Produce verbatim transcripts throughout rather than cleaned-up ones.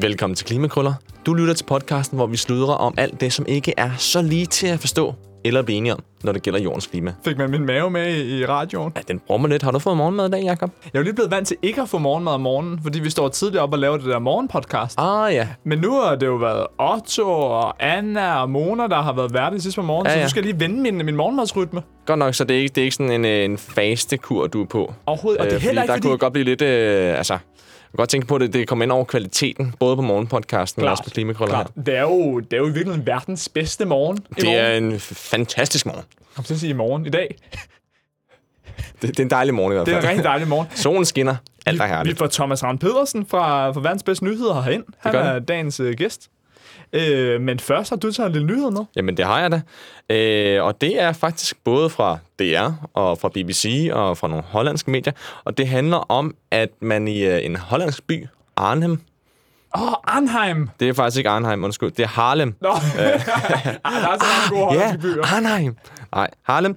Velkommen til Klimakrøller. Du lytter til podcasten, hvor vi sludrer om alt det, som ikke er så lige til at forstå eller blive enige om, når det gælder jordens klima. Fik man min mave med i, i radioen? Ja, den brummer lidt. Har du fået morgenmad i dag, Jacob? Jeg er jo lige blevet vant til ikke at få morgenmad om morgenen, fordi vi står tidligt op og laver det der morgenpodcast. Ah, ja. Men nu har det jo været Otto og Anna og Mona, der har været værdige sidst på morgen, ja, ja. Så nu skal jeg lige vende min, min morgenmadsrytme. Godt nok, så det er ikke, det er ikke sådan en, en fastekur, du er på. Overhovedet, og det er heller ikke, der fordi... kunne godt blive lidt... Øh, altså, jeg kan godt tænke på, at det, det kommer ind over kvaliteten, både på morgenpodcasten, men også på Klimakrøller her. Det er, jo, det er jo i virkeligheden verdens bedste morgen i Det morgen. er en fantastisk morgen. Kom til at sige i morgen, i dag. Det, det er en dejlig morgen i hvert fald. Det er en rigtig dejlig morgen. Solen skinner. Alt er herligt. Vi får Thomas Ravn Pedersen fra, fra Verdens Bedste Nyheder herind. Han er dagens øh, gæst. Øh, men først har du taget en lille nyhed med. Jamen, det har jeg da. Øh, og det er faktisk både fra D R og fra B B C og fra nogle hollandske medier. Og det handler om, at man i øh, en hollandsk by, Arnhem... Åh, oh, Arnhem! Det er faktisk ikke Arnhem, undskyld. Det er Haarlem. Nå, der er så mange gode hollandske byer. Ja, Arnhem. Nej, Haarlem.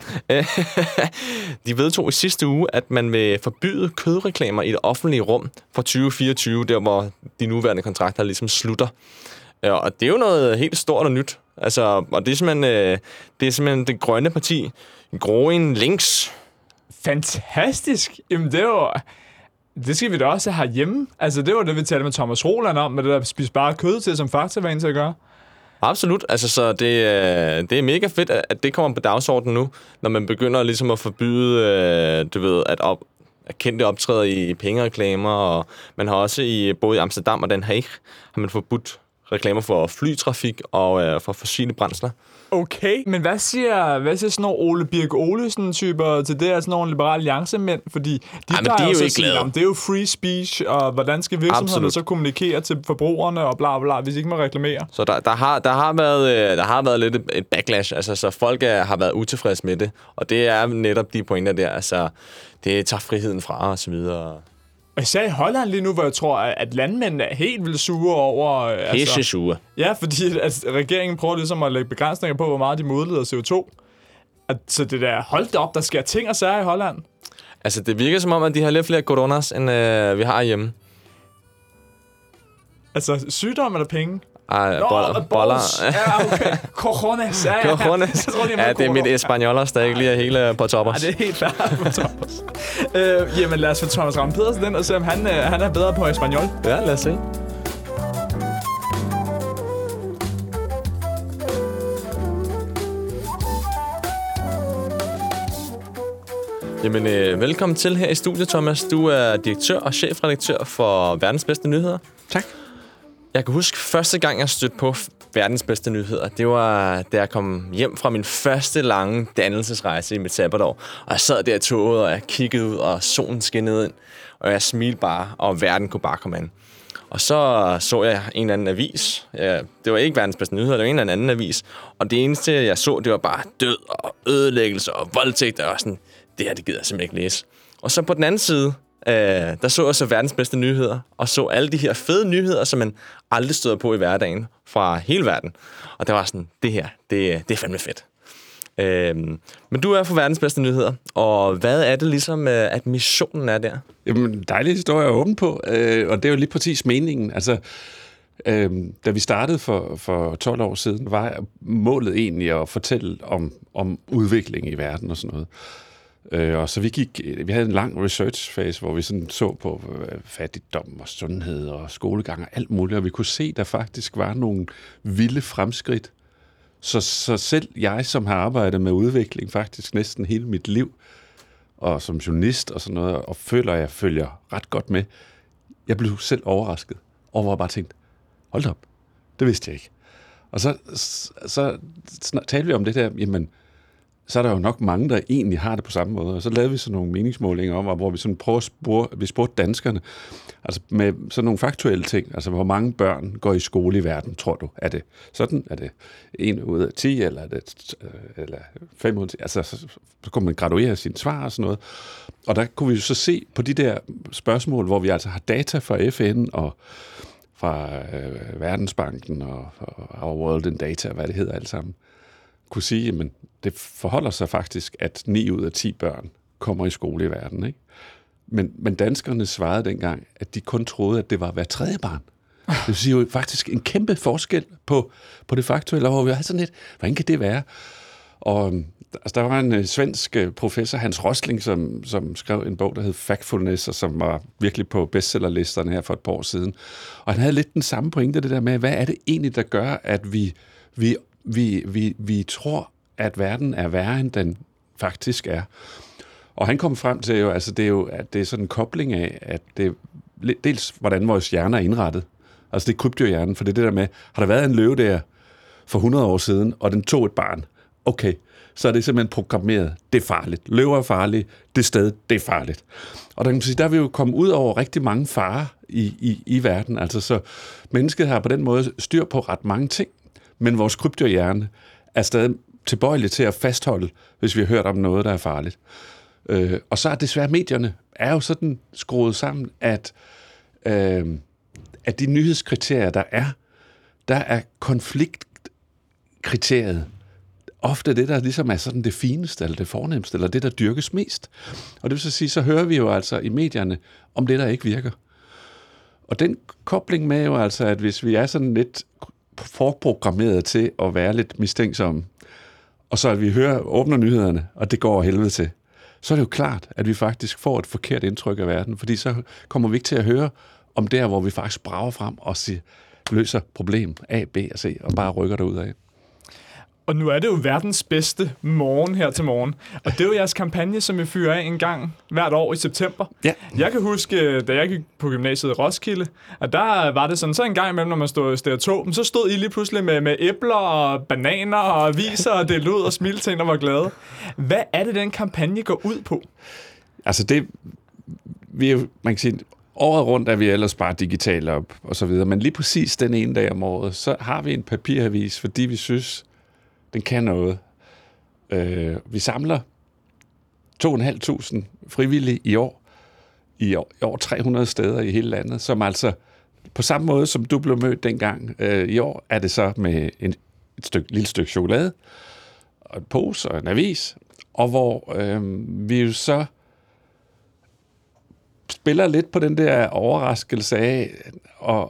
De vedtog i sidste uge, at man vil forbyde kødreklamer i det offentlige rum fra tyve fireogtyve, der hvor de nuværende kontrakter ligesom slutter. Og det er jo noget helt stort og nyt. Altså, og det er simpelthen det, er simpelthen det grønne parti, Groen Links. Fantastisk! Jamen, det er jo... Det skal vi da også have hjemme. Altså, det var det, vi talte med Thomas Roland om, med det der spise bare kød til, som Fakta var en til at gøre. Absolut. Altså, så det, det er mega fedt, at det kommer på dagsordenen nu, når man begynder ligesom at forbyde, du ved, at, op, at kendte optræder i pengereklamer, og man har også i både i Amsterdam og Den Haag, har man forbudt reklamer for flytrafik og øh, for fossile brændsler. Okay, men hvad siger, hvad siger sådan nogle Ole Birk Olesen-typer til det, altså nogle liberale alliancemænd? Fordi de, Ej, men de er jo ikke sige, glade. jamen, det er jo free speech, og hvordan skal virksomhederne så kommunikere til forbrugerne og bla bla, hvis ikke man reklamerer? Så der, der, har, der, har været, der har været lidt et backlash, altså så folk er, har været utilfredse med det, og det er netop de pointer der, altså det tager friheden fra og så videre. Og især i Holland lige nu, hvor jeg tror, at landmændene er helt vildt sure over... Pisse altså, sure. Ja, fordi at regeringen prøver ligesom at lægge begrænsninger på, hvor meget de modleder C O to. At, så det der, hold da op, der sker ting og sager i Holland. Altså, det virker som om, at de har lidt flere coronas, end øh, vi har hjemme. Altså, sygdom eller penge? Ej, boller. boller. Ja, okay. Coronas. Ja, ja. Coronas. Ja, det er mit espanolers, der ikke lige er hele på toppers. Ja, det er helt færdigt på toppers. øh, jamen, lad os få Thomas Ravn Pedersen den og se, om han, øh, han er bedre på espanol. Ja, lad os se. Jamen, øh, velkommen til her i studiet, Thomas. Du er direktør og chefredaktør for Verdens Bedste Nyheder. Tak. Jeg kan huske, første gang, jeg stødte på Verdens Bedste Nyheder, det var, da jeg kom hjem fra min første lange dannelsesrejse i mit sabbatår. Og jeg sad der i toget, og jeg kiggede ud, og solen skinnede ind. Og jeg smilte bare, og verden kunne bare komme an. Og så så jeg en eller anden avis. Ja, det var ikke Verdens Bedste Nyheder, det var en eller anden avis. Og det eneste, jeg så, det var bare død og ødelæggelse og voldtægt. Og sådan, det her, det gider jeg simpelthen ikke læse. Og så på den anden side... Uh, der så jeg så Verdens Bedste Nyheder, og så alle de her fede nyheder, som man aldrig støder på i hverdagen fra hele verden. Og det var sådan, det her, det, det er fandme fedt. Uh, men du er for Verdens Bedste Nyheder, og hvad er det ligesom, uh, at missionen er der? Jamen, dejlig historie at åbne på, uh, og det er jo lige præcis meningen. Altså, uh, da vi startede for, for tolv år siden, var målet egentlig at fortælle om, om udvikling i verden og sådan noget. Øh, og så vi gik, vi havde en lang research-fase, hvor vi sådan så på øh, fattigdom og sundhed og skolegang og alt muligt, og vi kunne se, der faktisk var nogle vilde fremskridt. Så, så selv jeg, som har arbejdet med udvikling faktisk næsten hele mit liv, og som journalist og sådan noget, og føler, at jeg følger ret godt med, jeg blev selv overrasket over at bare tænkt, hold da op, det vidste jeg ikke. Og så, så, så talte vi om det der, jamen, så er der jo nok mange, der egentlig har det på samme måde. Og så lavede vi sådan nogle meningsmålinger om, hvor vi sådan prøver at spore, vi spurgte danskerne, altså med sådan nogle faktuelle ting, altså hvor mange børn går i skole i verden, tror du? Er det sådan? Er det en ud af ti, eller er det eller fem ud af ti? Altså, så, så kunne man graduere sine svar og sådan noget. Og der kunne vi jo så se på de der spørgsmål, hvor vi altså har data fra F N og fra øh, Verdensbanken og, og Our World in Data, hvad det hedder alt sammen, kunne sige, men det forholder sig faktisk, at ni ud af ti børn kommer i skole i verden, ikke? Men, men danskerne svarede dengang, at de kun troede, at det var hver tredje barn. Det vil sige jo faktisk en kæmpe forskel på, på det faktuelle, hvor vi har sådan lidt, hvordan kan det være? Og altså, der var en uh, svensk uh, professor, Hans Rosling, som, som skrev en bog, der hed Factfulness, og som var virkelig på bestsellerlisterne her for et par år siden. Og han havde lidt den samme pointe, det der med, hvad er det egentlig, der gør, at vi, vi, vi, vi, vi tror, at verden er værre, end den faktisk er. Og han kom frem til jo, altså det er jo, at det er sådan en kobling af, at det dels, hvordan vores hjerner er indrettet. Altså det er kryptohjernen, for det er det der med, har der været en løve der for hundrede år siden, og den tog et barn, okay, så er det simpelthen programmeret, det er farligt. Løver er farlige, det sted, det er farligt. Og der kan man sige, der er vi jo kommet ud over rigtig mange farer i, i, i verden. Altså så mennesket har på den måde styr på ret mange ting, men vores kryptohjerne er stadig tilbøjelig til at fastholde, hvis vi har hørt om noget, der er farligt. Øh, og så er desværre medierne er jo sådan skruet sammen, at, øh, at de nyhedskriterier, der er, der er konfliktkriteriet ofte det, der ligesom er sådan det fineste, eller det fornemmeste, eller det, der dyrkes mest. Og det vil så sige, så hører vi jo altså i medierne om det, der ikke virker. Og den kobling med jo altså, at hvis vi er sådan lidt forprogrammeret til at være lidt mistænksomme, og så at vi hører, åbner nyhederne, og det går helvede til, så er det jo klart, at vi faktisk får et forkert indtryk af verden, fordi så kommer vi ikke til at høre om der, hvor vi faktisk brager frem og siger, løser problem A, B og C, og bare rykker derud af. Og nu er det jo verdens bedste morgen her til morgen. Og det er jo jeres kampagne, som I fyrer af en gang hvert år i september. Ja. Jeg kan huske, da jeg gik på gymnasiet i Roskilde, at der var det sådan, så en gang imellem, når man stod i stereotopen, så stod I lige pludselig med, med æbler og bananer og aviser og delte ud og smilte til, der var glade. Hvad er det, den kampagne går ud på? Altså det, vi er jo, man kan sige, året rundt er vi ellers bare digitalt op og så videre, men lige præcis den ene dag om året, så har vi en papiravis, fordi vi synes, den kan noget. Øh, vi samler to tusind fem hundrede frivillige i år, i år, i over tre hundrede steder i hele landet, som altså på samme måde, som du blev mødt dengang øh, i år, er det så med en, et stykke, lille stykke chokolade, og en pose og en avis, og hvor øh, vi jo så spiller lidt på den der overraskelse af, og,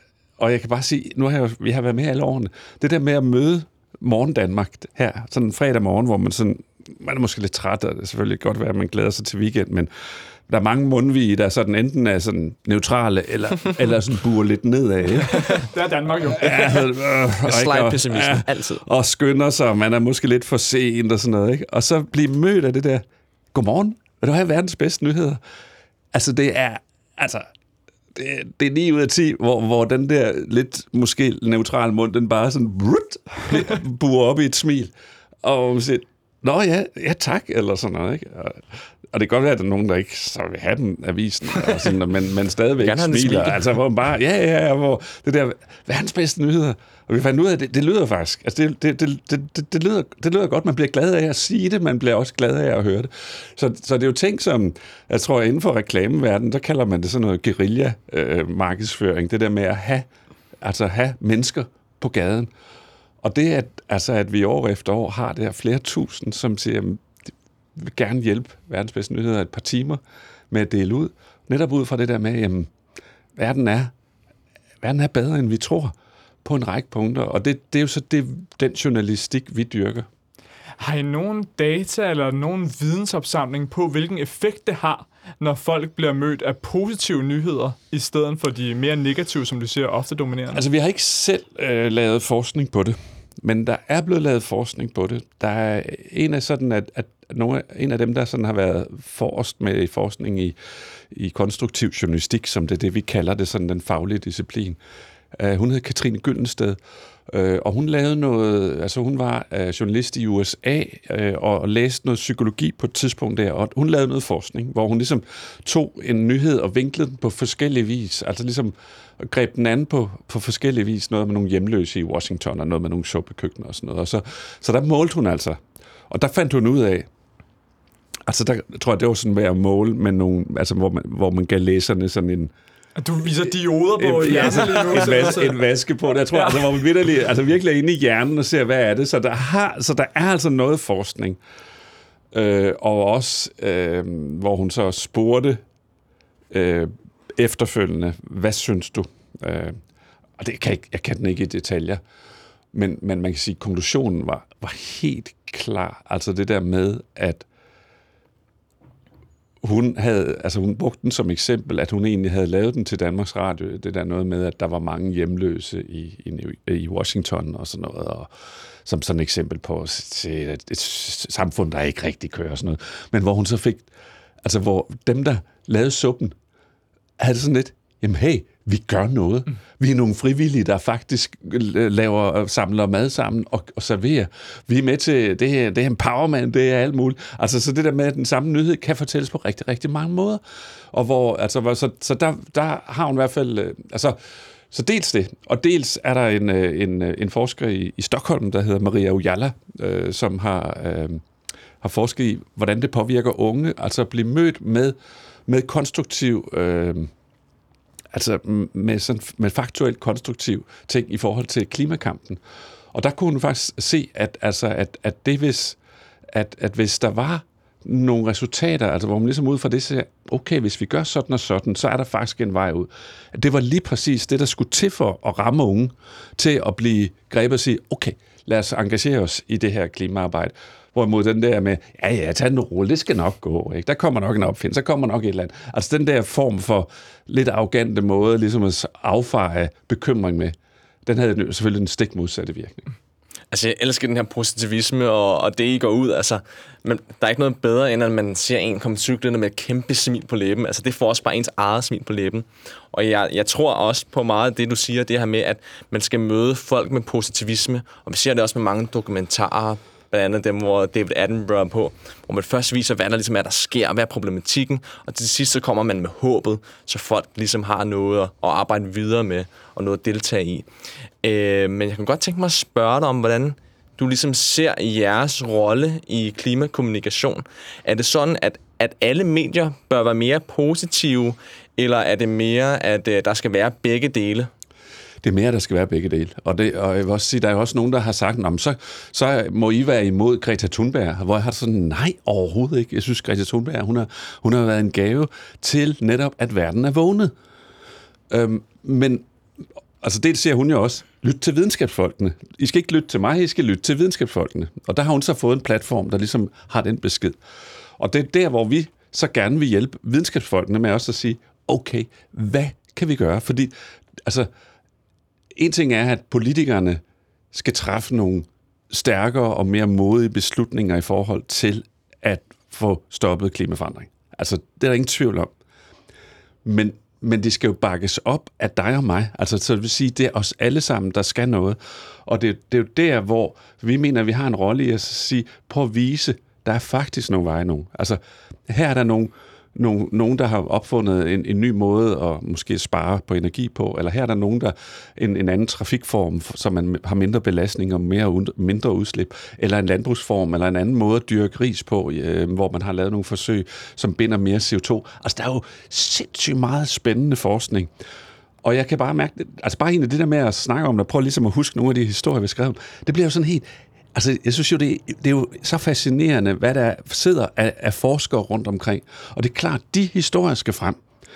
og jeg kan bare sige, nu har jeg, vi har været med alle årene, det der med at møde Morgen Danmark her, sådan en fredag morgen, hvor man sådan, man er måske lidt træt, og det er selvfølgelig godt være, at man glæder sig til weekend, men der er mange mundvige, der sådan enten er sådan neutrale, eller, eller sådan buer lidt nedad. Ja? Det er Danmark jo. Ja, øh, øh, Slide pessimisme, ja, altid. Og skynder sig, man er måske lidt for sent og sådan noget, ikke? Og så blive mødt af det der, godmorgen, vil du have verdens bedste nyheder? Altså det er, altså, det, det er ni ud af ti, hvor, hvor den der lidt måske neutrale mund, den bare sådan brut, buer op i et smil, og man siger, nå ja, ja tak, eller sådan noget, ikke? Og, og det kan godt være, at der er nogen, der ikke så vil have den avisen, og sådan, men, men stadigvæk smiler. Altså, hvor man bare, ja, ja, ja, hvor det der, verdens bedste nyheder. Og vi fandt ud af, at det, det lyder faktisk, altså det, det, det, det, det, det, lyder, det lyder godt, man bliver glad af at sige det, man bliver også glad af at høre det. Så, så det er jo ting, som, jeg tror, inden for reklameverdenen, der kalder man det sådan noget guerilla-markedsføring, øh, det der med at have, altså have mennesker på gaden. Og det, at, altså, at vi år efter år har det her flere tusind, som siger, vil gerne hjælpe verdens bedste nyheder et par timer med at dele ud. Netop ud fra det der med, jamen, verden er, verden er bedre, end vi tror, på en række punkter. Og det, det er jo så det, den journalistik, vi dyrker. Har I nogen data eller nogen vidensopsamling på, hvilken effekt det har, når folk bliver mødt af positive nyheder, i stedet for de mere negative, som du siger, ofte dominerende? Altså, vi har ikke selv øh, lavet forskning på det, men der er blevet lavet forskning på det. Der er en af sådan, at, at nogle, en af dem, der sådan har været forrest med i forskning i, i konstruktiv journalistik, som det er det, vi kalder det, sådan den faglige disciplin. Uh, hun hed Katrine Gyldensted, uh, og hun lavede noget, altså hun var uh, journalist i U S A uh, og læste noget psykologi på et tidspunkt der, og hun lavede noget forskning, hvor hun ligesom tog en nyhed og vinklede den på forskellige vis, altså ligesom greb den anden på, på forskellige vis, noget med nogle hjemløse i Washington, og noget med nogle suppekøkkener og sådan noget, og så, så der målte hun altså, og der fandt hun ud af, altså der tror jeg, det var sådan ved at måle med nogle, altså hvor man, hvor man gav læserne sådan en. Du viser dioder på en, hjernen lige nu. En, vas, en vaske på det. Jeg tror, ja. altså, hvor man virkelig, altså virkelig er inde i hjernen og ser, hvad er det. Så der, har, så der er altså noget forskning. Øh, og også, øh, hvor hun så spurgte øh, efterfølgende, hvad synes du? Øh, og det kan jeg, jeg kan den ikke i detaljer, men, men man kan sige, at konklusionen var, var helt klar. Altså det der med, at hun havde, altså hun brugte den som eksempel, at hun egentlig havde lavet den til Danmarks Radio. Det der noget med, at der var mange hjemløse i, i, i Washington og sådan noget, og som sådan et eksempel på et, et, et samfund, der ikke rigtig kører og sådan noget. Men hvor hun så fik, altså hvor dem, der lavede suppen, havde sådan lidt, jamen hey, vi gør noget. Mm. Vi er nogle frivillige, der faktisk laver, samler mad sammen og, og serverer. Vi er med til, det her, det er empowerment, det er alt muligt. Altså, så det der med, at den samme nyhed kan fortælles på rigtig, rigtig mange måder. Og hvor, altså, så, så der, der har hun i hvert fald, altså, så dels det, og dels er der en, en, en forsker i, i Stockholm, der hedder Maria Ojala, øh, som har, øh, har forsket i, hvordan det påvirker unge, altså at blive mødt med, med konstruktiv, øh, altså med, sådan, med faktuelt konstruktiv ting i forhold til klimakampen. Og der kunne hun faktisk se, at, altså, at, at, det, hvis, at, at hvis der var nogle resultater, altså hvor man ligesom ud fra det siger, okay, hvis vi gør sådan og sådan, så er der faktisk en vej ud. Det var lige præcis det, der skulle til for at ramme unge, til at blive grebet og sige, okay, lad os engagere os i det her klimaarbejde. Hvorimod den der med, ja, ja, tag den roligt, det skal nok gå, ikke? Der kommer nok en opfind, så kommer nok et eller andet. Altså den der form for lidt arrogante måde, ligesom at affeje bekymring med, den havde selvfølgelig en stik modsatte virkning. Altså, jeg elsker den her positivisme, og, og det, I går ud, altså, men der er ikke noget bedre, end at man ser en komme cyklende med et kæmpe smil på læben. Altså, det får også bare ens eget smil på læben. Og jeg, jeg tror også på meget af det, du siger, det her med, at man skal møde folk med positivisme, og vi ser det også med mange dokumentarer, blandt andet dem, hvor David Attenborough er på, hvor man først viser, hvad der ligesom er, der sker, hvad er problematikken, og til sidst så kommer man med håbet, så folk ligesom har noget at arbejde videre med, og noget at deltage i. Øh, men jeg kan godt tænke mig at spørge dig om, hvordan du ligesom ser jeres rolle i klimakommunikation. Er det sådan, at, at alle medier bør være mere positive, eller er det mere, at der skal være begge dele? Det er mere, der skal være begge dele. Og, det, og jeg vil også sige, der er jo også nogen, der har sagt, så, så må I være imod Greta Thunberg, hvor jeg har sådan, nej, overhovedet ikke. Jeg synes, Greta Thunberg, hun har, hun har været en gave til netop, at verden er vågnet. Øhm, men altså dels siger hun jo også, lyt til videnskabsfolkene. I skal ikke lytte til mig, I skal lytte til videnskabsfolkene. Og der har hun så fået en platform, der ligesom har den besked. Og det er der, hvor vi så gerne vil hjælpe videnskabsfolkene med også at sige, okay, hvad kan vi gøre? Fordi, altså, en ting er, at politikerne skal træffe nogle stærkere og mere modige beslutninger i forhold til at få stoppet klimaforandring. Altså, det er der ingen tvivl om. Men, men det skal jo bakkes op af dig og mig. Altså, så det vil sige, det er os alle sammen, der skal noget. Og det, det er jo der, hvor vi mener, at vi har en rolle i at sige, prøv at vise, der er faktisk nogle veje nu. Altså, her er der nogle Nogen, nogen, der har opfundet en, en ny måde at måske spare på energi på, eller her er der nogen, der en, en anden trafikform, så man har mindre belastning og mere, mindre udslip, eller en landbrugsform, eller en anden måde at dyrke ris på, øh, hvor man har lavet nogle forsøg, som binder mere C O to. Altså, der er jo sindssygt meget spændende forskning. Og jeg kan bare mærke, altså bare egentlig det der med at snakke om det, prøv ligesom at huske nogle af de historier, vi skrev om, det bliver jo sådan helt. Altså, jeg synes jo, det, det er jo så fascinerende, hvad der sidder af, af forskere rundt omkring. Og det er klart, de historier skal frem.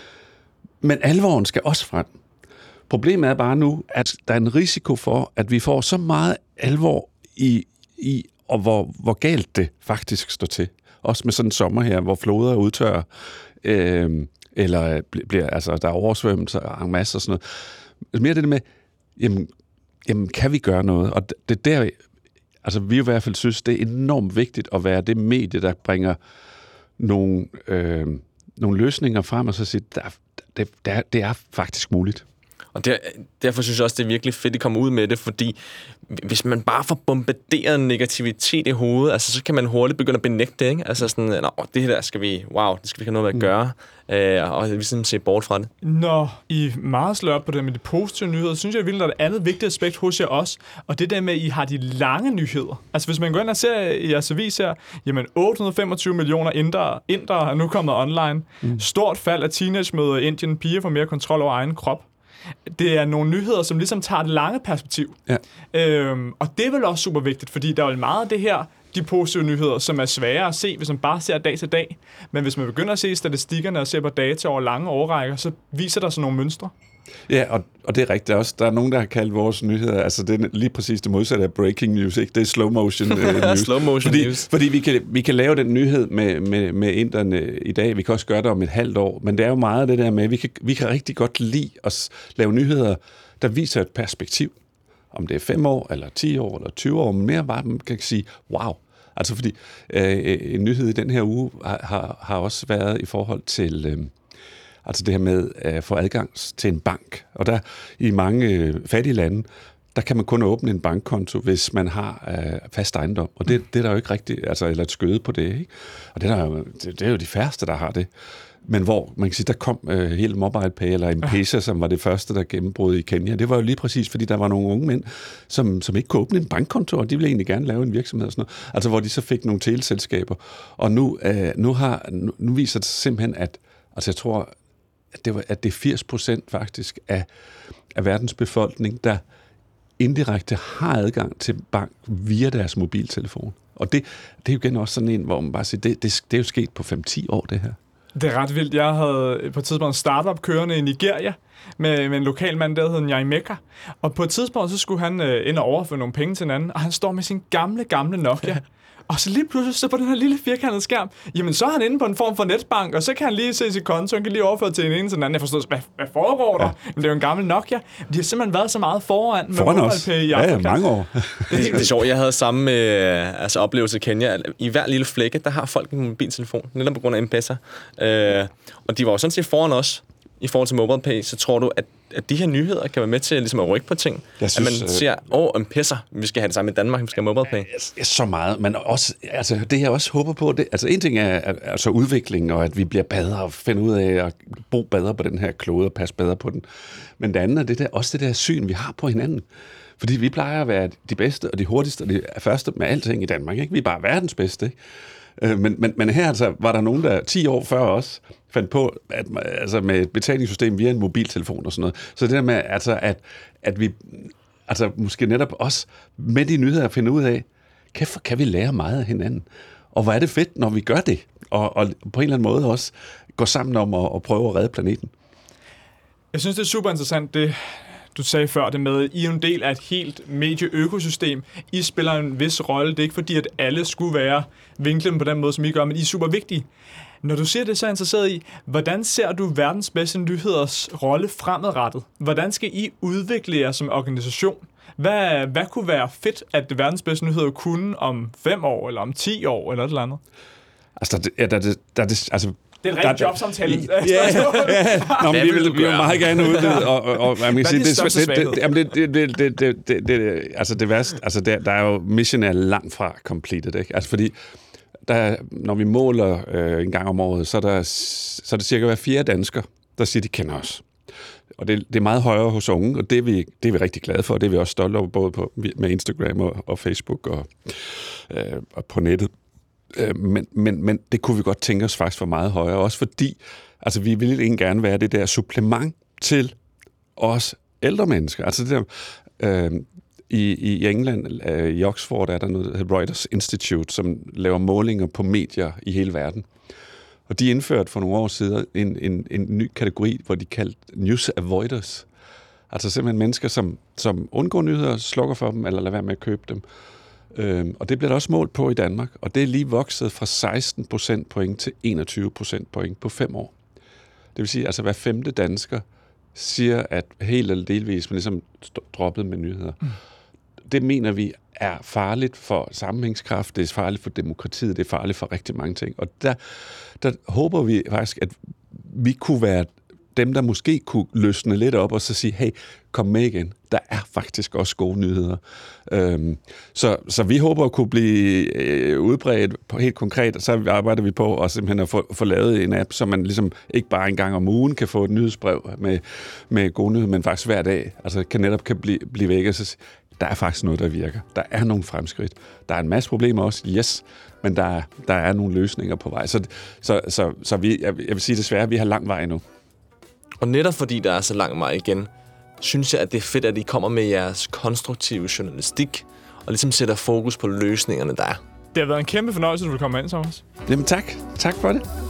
Men alvoren skal også frem. Problemet er bare nu, at der er en risiko for, at vi får så meget alvor i, i og hvor, hvor galt det faktisk står til. Også med sådan en sommer her, hvor floder udtørrer, øh, eller bliver, altså, der er oversvømmelser og en masse og sådan noget. Mere det med, jamen, jamen, kan vi gøre noget? Og det der. Altså, vi i hvert fald synes, det er enormt vigtigt at være det medie, der bringer nogle, øh, nogle løsninger frem, og så sige, der, det, der, det er faktisk muligt. Og der, derfor synes jeg også, det er virkelig fedt, at komme ud med det, fordi hvis man bare får bombarderet negativitet i hovedet, altså, så kan man hurtigt begynde at benægte det, ikke? Altså sådan, nå, det her der skal vi, wow, det skal vi have noget med at gøre, mm. øh, og vi simpelthen se bort fra det. Når I meget slår op på det med de positive nyheder, synes jeg virkelig, der er et andet vigtigt aspekt hos jer også, og det der med, at I har de lange nyheder. Altså hvis man går ind og ser i jeres avis her, jamen otte hundrede og femogtyve millioner indere, indere er nu kommet online. Mm. Stort fald af teenagemøder i Indien, piger får mere kontrol over egen krop. Det er nogle nyheder, som ligesom tager det lange perspektiv. Ja. Øhm, og det er vel også super vigtigt, fordi der er jo meget af det her, de positive nyheder, som er svære at se, hvis man bare ser dag til dag. Men hvis man begynder at se statistikkerne og ser på data over lange årrækker, så viser der sådan nogle mønstre. Ja, og, og det er rigtigt også. Der er nogen, der har kaldt vores nyheder, altså det er lige præcis det modsatte af breaking news, ikke? Det er slow motion uh, news. Slow motion fordi, news. Fordi vi kan, vi kan lave den nyhed med, med, med inderne i dag, vi kan også gøre det om et halvt år, men det er jo meget det der med, vi kan, vi kan rigtig godt lide at lave nyheder, der viser et perspektiv. Om det er fem år, eller ti år, eller tyve år, men mere bare, man kan sige, wow. Altså fordi øh, en nyhed i den her uge har, har, har også været i forhold til... Øh, Altså det her med at få adgang til en bank. Og der i mange øh, fattige lande, der kan man kun åbne en bankkonto, hvis man har øh, fast ejendom. Og det, det er der jo ikke rigtigt, altså eller et skøde på det, ikke? Og det er, der jo, det, det er jo de færreste, der har det. Men hvor, man kan sige, der kom øh, hele MobilePay eller M-Pesa, som var det første, der gennembrød i Kenya. Det var jo lige præcis, fordi der var nogle unge mænd, som, som ikke kunne åbne en bankkonto, og de ville egentlig gerne lave en virksomhed og sådan noget. Altså hvor de så fik nogle teleselskaber. Og nu, øh, nu, har, nu, nu viser det simpelthen, at altså jeg tror, at det, var, at det er firs procent faktisk af, af verdens befolkning, der indirekte har adgang til bank via deres mobiltelefon. Og det, det er jo igen også sådan en, hvor man bare siger, det, det, det er jo sket på fem til ti år, det her. Det er ret vildt. Jeg havde på et tidspunkt en startup kørende i Nigeria med, med en lokal mand, der hed Nyaimeka. Og på et tidspunkt, så skulle han øh, ind og overføre nogle penge til en anden, og han står med sin gamle, gamle Nokia. Og så lige pludselig, så på den her lille firkantede skærm, jamen så er han inde på en form for netbank, og så kan han lige se sit konto, han kan lige overføre til en ene til den anden. Jeg forstår, hvad, hvad foregår der? Ja. Men det er jo en gammel Nokia. De har simpelthen været så meget foran med MobilePay i Afrika. Ja, mange år. Det er sjovt, jeg havde samme øh, altså oplevelse i Kenya. I hver lille flække, der har folk en mobiltelefon, netop på grund af M-Pesa. Øh, og de var jo sådan set foran os i forhold til MobilePay, så tror du, at, at de her nyheder kan være med til ligesom at rykke på ting? Jeg synes, at man siger, åh, oh, M-Pesa, vi skal have det samme i Danmark, vi skal have MobilePay. Så meget, men også, altså det jeg også håber på, det, altså en ting er altså udvikling, og at vi bliver bedre og finder ud af at bo bedre på den her klode og passe bedre på den. Men det andet er det der, også det der syn, vi har på hinanden. Fordi vi plejer at være de bedste og de hurtigste og de første med alting i Danmark, ikke? Vi er bare verdens bedste, ikke? Men, men, men her altså, var der nogen, der ti år før os fandt på, at, altså med et betalingssystem via en mobiltelefon og sådan noget. Så det der med, altså, at, at vi altså, måske netop også med de nyheder finder ud af, kan, kan vi lære meget af hinanden? Og hvor er det fedt, når vi gør det? Og, og på en eller anden måde også gå sammen om at, at prøve at redde planeten. Jeg synes, det er super interessant, det du sagde før det med, I er en del af et helt medieøkosystem. I spiller en vis rolle. Det er ikke fordi, at alle skulle være vinklet på den måde, som I gør, men I er super vigtige. Når du siger det, så er jeg interesseret i, hvordan ser du verdens bedste nyheders rolle fremadrettet? Hvordan skal I udvikle jer som organisation? Hvad, hvad kunne være fedt, at verdens bedste nyheder kunne om fem år, eller om ti år, eller et eller andet? Altså, der, ja, der, der, der, der, altså det er en rigtig jobsamtale. Ja, ja. Nå, men vi vil, vi vil meget gerne ud det, og, og, og man kan sige, det, det, det, det, det, det, det, altså det værste, altså der, der er jo mission er langt fra completed, ikke? Altså fordi, der, når vi måler øh, en gang om året, så er, der, så er det cirka hver fjerde dansker, der siger, de kender os. Og det, det er meget højere hos unge, og det er, vi, det er vi rigtig glade for, og det er vi også stolte over, både på, med Instagram og, og Facebook og, øh, og på nettet. Men, men, men det kunne vi godt tænke os faktisk for meget højere, også fordi altså, vi ville egentlig gerne være det der supplement til os ældre mennesker. Altså det der, øh, i, i England, øh, i Oxford, er der noget, der hedder Reuters Institute, som laver målinger på medier i hele verden. Og de indførte for nogle år siden en, en, en ny kategori, hvor de kaldte news avoiders. Altså simpelthen mennesker, som, som undgår nyheder, slukker for dem, eller lader være med at købe dem. Øhm, og det bliver der også målt på i Danmark, og det er lige vokset fra seksten procentpoint til enogtyve procentpoint på fem år. Det vil sige, altså hver femte dansker siger, at helt eller delvis man ligesom droppet med nyheder. Mm. Det mener vi er farligt for sammenhængskraft, det er farligt for demokratiet, det er farligt for rigtig mange ting. Og der, der håber vi faktisk, at vi kunne være dem, der måske kunne løsne lidt op og så sige, hey, kom med igen. Der er faktisk også gode nyheder. Øhm, så, så vi håber at kunne blive øh, udbredt på, helt konkret, og så arbejder vi på at simpelthen at få, få lavet en app, så man ligesom ikke bare en gang om ugen kan få et nyhedsbrev med, med gode nyheder, men faktisk hver dag. Altså kan netop kan blive, blive væk og så sige, der er faktisk noget, der virker. Der er nogle fremskridt. Der er en masse problemer også, yes, men der er, der er nogle løsninger på vej. Så, så, så, så vi, jeg, jeg vil sige desværre, at vi har lang vej nu. Og netop fordi der er så lang vej igen, synes jeg, at det er fedt, at I kommer med jeres konstruktive journalistik, og ligesom sætter fokus på løsningerne, der er. Det har været en kæmpe fornøjelse, at du vil komme ind, Thomas. Jamen tak. Tak for det.